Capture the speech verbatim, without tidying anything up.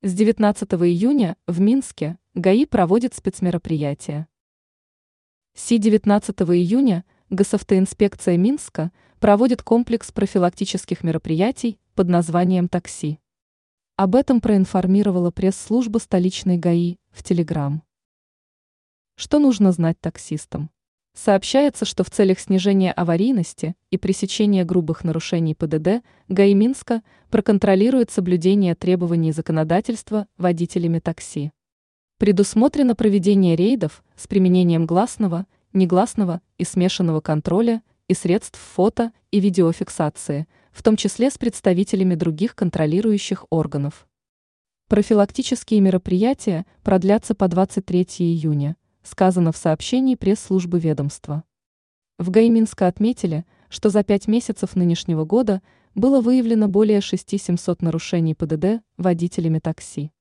С девятнадцатого июня в Минске ГАИ проводит спецмероприятие. С девятнадцатого июня Госавтоинспекция Минска проводит комплекс профилактических мероприятий под названием «Такси». Об этом проинформировала пресс-служба столичной ГАИ в Телеграм. Что нужно знать таксистам? Сообщается, что в целях снижения аварийности и пресечения грубых нарушений ПДД ГАИ Минска проконтролирует соблюдение требований законодательства водителями такси. Предусмотрено проведение рейдов с применением гласного, негласного и смешанного контроля и средств фото- и видеофиксации, в том числе с представителями других контролирующих органов. Профилактические мероприятия продлятся по двадцать третьего июня, сказано в сообщении пресс-службы ведомства. В ГАИ Минска отметили, что за пять месяцев нынешнего года было выявлено более шесть тысяч семьсот нарушений ПДД водителями такси.